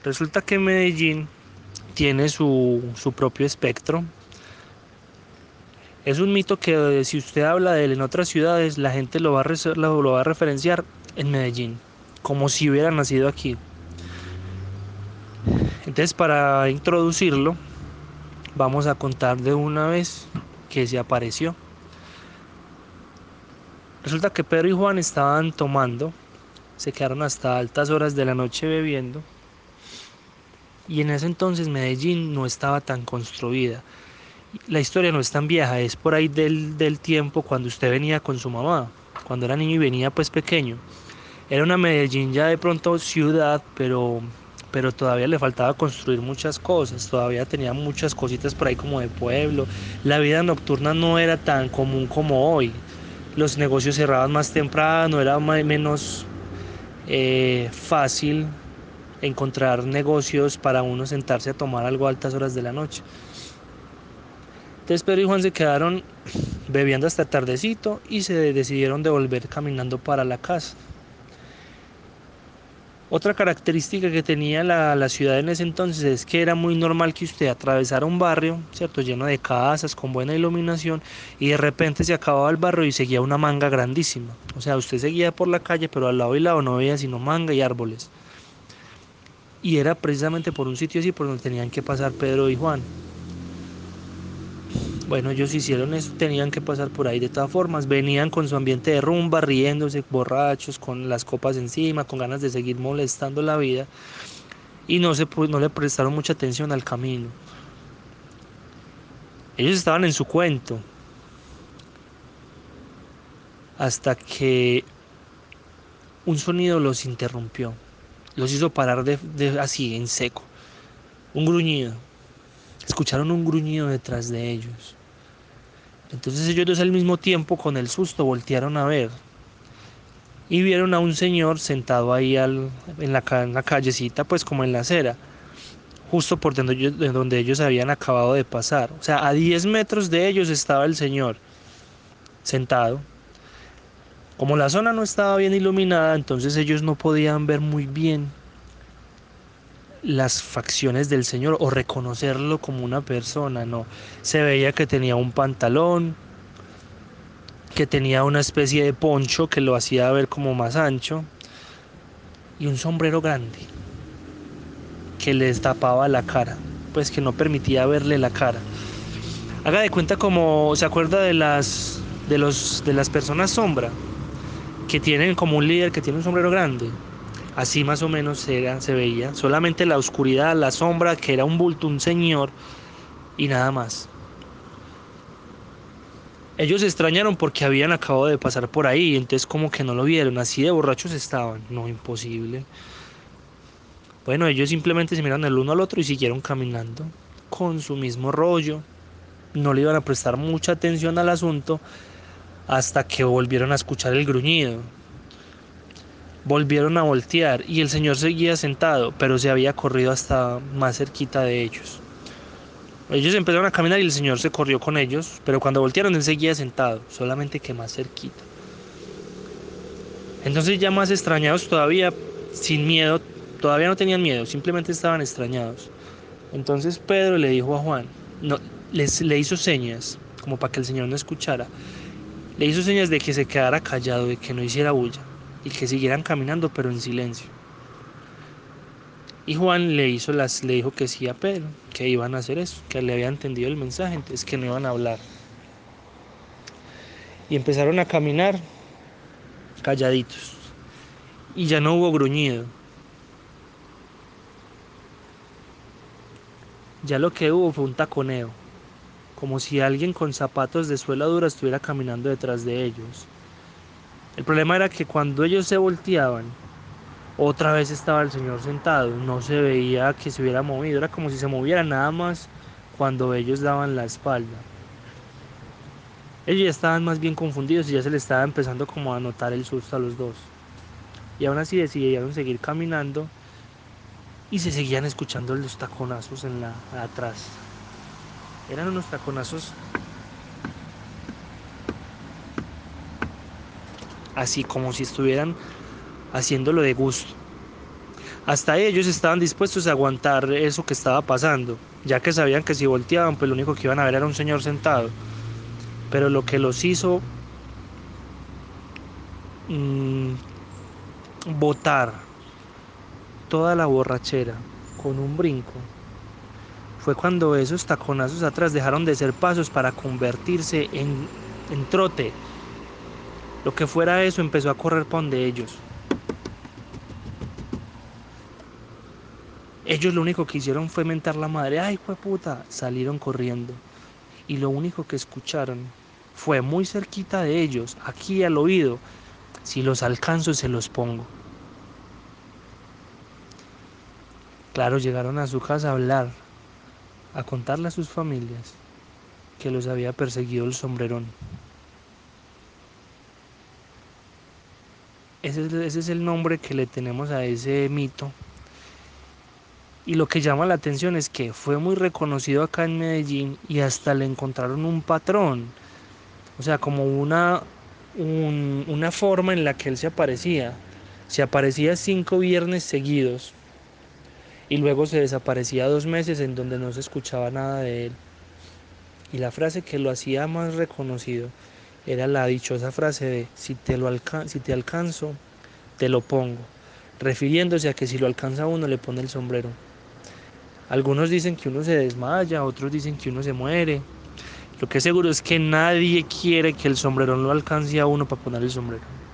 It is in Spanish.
Resulta que Medellín tiene su propio espectro. Es un mito que si usted habla de él en otras ciudades, la gente lo va a referenciar en Medellín, como si hubiera nacido aquí. Entonces, para introducirlo, vamos a contar de una vez que se apareció. Resulta que Pedro y Juan estaban tomando, se quedaron hasta altas horas de la noche bebiendo, y en ese entonces Medellín no estaba tan construida. La historia no es tan vieja, es por ahí del tiempo cuando usted venía con su mamá, cuando era niño y venía pues pequeño. Era una Medellín ya de pronto ciudad, pero todavía le faltaba construir muchas cosas, todavía tenía muchas cositas por ahí como de pueblo. La vida nocturna no era tan común como hoy. Los negocios cerraban más temprano, era menos fácil encontrar negocios para uno sentarse a tomar algo a altas horas de la noche. Entonces Pedro y Juan se quedaron bebiendo hasta tardecito y se decidieron devolver caminando para la casa. Otra característica que tenía la ciudad en ese entonces es que era muy normal que usted atravesara un barrio, ¿cierto? Lleno de casas, con buena iluminación, y de repente se acababa el barrio y seguía una manga grandísima. O sea, usted seguía por la calle, pero al lado y lado no veía sino manga y árboles. Y era precisamente por un sitio así por donde tenían que pasar Pedro y Juan. Bueno, ellos hicieron eso, tenían que pasar por ahí de todas formas. Venían con su ambiente de rumba, riéndose, borrachos, con las copas encima, con ganas de seguir molestando la vida. Y no le prestaron mucha atención al camino. Ellos estaban en su cuento, hasta que un sonido los interrumpió, los hizo parar así, en seco. Un gruñido. Escucharon un gruñido detrás de ellos. Entonces ellos dos al mismo tiempo, con el susto, voltearon a ver. Y vieron a un señor sentado ahí en la callecita, pues como en la acera, justo por de donde ellos habían acabado de pasar. O sea, a 10 metros de ellos estaba el señor sentado. Como la zona no estaba bien iluminada, entonces ellos no podían ver muy bien las facciones del señor o reconocerlo como una persona, no. Se veía que tenía un pantalón, que tenía una especie de poncho que lo hacía ver como más ancho y un sombrero grande que les tapaba la cara, pues que no permitía verle la cara. Haga de cuenta como se acuerda de las personas sombra que tienen como un líder que tiene un sombrero grande. Así más o menos se veía, solamente la oscuridad, la sombra, que era un bulto, un señor y nada más. Ellos se extrañaron porque habían acabado de pasar por ahí, entonces como que no lo vieron, así de borrachos estaban, no, imposible. Bueno, ellos simplemente se miraron el uno al otro y siguieron caminando con su mismo rollo, no le iban a prestar mucha atención al asunto hasta que volvieron a escuchar el gruñido. Volvieron a voltear y el señor seguía sentado, pero se había corrido hasta más cerquita de ellos. Ellos empezaron a caminar y el señor se corrió con ellos, pero cuando voltearon él seguía sentado, solamente que más cerquita. Entonces ya más extrañados todavía, sin miedo, todavía no tenían miedo, simplemente estaban extrañados. Entonces Pedro le dijo a Juan, no, le hizo señas, como para que el señor no escuchara. Le hizo señas de que se quedara callado, de que no hiciera bulla, y que siguieran caminando pero en silencio. Y Juan le dijo que sí a Pedro, que iban a hacer eso, que le había entendido el mensaje, entonces que no iban a hablar. Y empezaron a caminar calladitos. Y ya no hubo gruñido. Ya lo que hubo fue un taconeo, como si alguien con zapatos de suela dura estuviera caminando detrás de ellos. El problema era que cuando ellos se volteaban, otra vez estaba el señor sentado, no se veía que se hubiera movido, era como si se moviera nada más cuando ellos daban la espalda. Ellos ya estaban más bien confundidos y ya se les estaba empezando como a notar el susto a los dos. Y aún así decidieron seguir caminando y se seguían escuchando los taconazos atrás. Eran unos taconazos así como si estuvieran haciéndolo de gusto. Hasta ellos estaban dispuestos a aguantar eso que estaba pasando, ya que sabían que si volteaban, pues lo único que iban a ver era un señor sentado. Pero lo que los hizo mm, botar toda la borrachera con un brinco fue cuando esos taconazos atrás dejaron de ser pasos para convertirse en trote. Lo que fuera eso empezó a correr por donde ellos. Ellos lo único que hicieron fue mentar la madre. ¡Ay, puta! Salieron corriendo. Y lo único que escucharon fue muy cerquita de ellos, aquí al oído. Si los alcanzo, se los pongo. Claro, llegaron a su casa a hablar, a contarle a sus familias que los había perseguido el sombrerón. Ese es el nombre que le tenemos a ese mito. Y lo que llama la atención es que fue muy reconocido acá en Medellín y hasta le encontraron un patrón, o sea, como una forma en la que él se aparecía. Se aparecía 5 viernes seguidos y luego se desaparecía 2 meses en donde no se escuchaba nada de él. Y la frase que lo hacía más reconocido era la dichosa frase de si te alcanzo, te lo pongo, refiriéndose a que si lo alcanza uno le pone el sombrero. Algunos dicen que uno se desmaya, otros dicen que uno se muere. Lo que es seguro es que nadie quiere que el sombrerón lo alcance a uno para poner el sombrero.